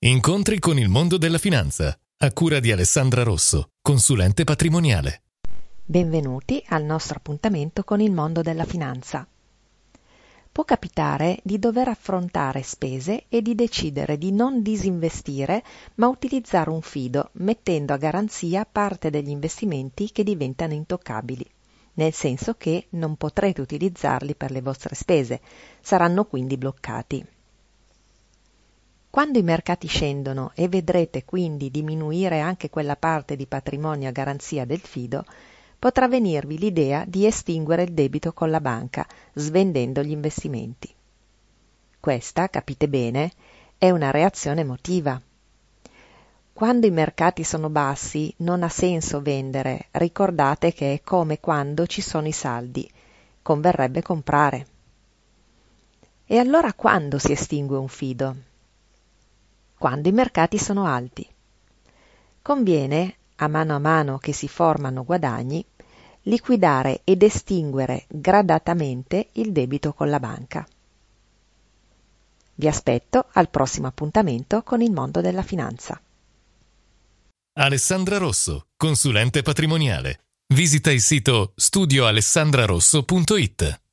Incontri con il mondo della finanza, a cura di Alessandra Rosso, consulente patrimoniale. Benvenuti al nostro appuntamento con il mondo della finanza. Può capitare di dover affrontare spese e di decidere di non disinvestire, ma utilizzare un fido, mettendo a garanzia parte degli investimenti che diventano intoccabili, nel senso che non potrete utilizzarli per le vostre spese, saranno quindi bloccati. Quando i mercati scendono e vedrete quindi diminuire anche quella parte di patrimonio a garanzia del fido, potrà venirvi l'idea di estinguere il debito con la banca, svendendo gli investimenti. Questa, capite bene, è una reazione emotiva. Quando i mercati sono bassi non ha senso vendere, ricordate che è come quando ci sono i saldi, converrebbe comprare. E allora quando si estingue un fido? Quando i mercati sono alti. Conviene, a mano che si formano guadagni, liquidare ed estinguere gradatamente il debito con la banca. Vi aspetto al prossimo appuntamento con il mondo della finanza. Alessandra Rosso, consulente patrimoniale. Visita il sito studioalessandrarosso.it.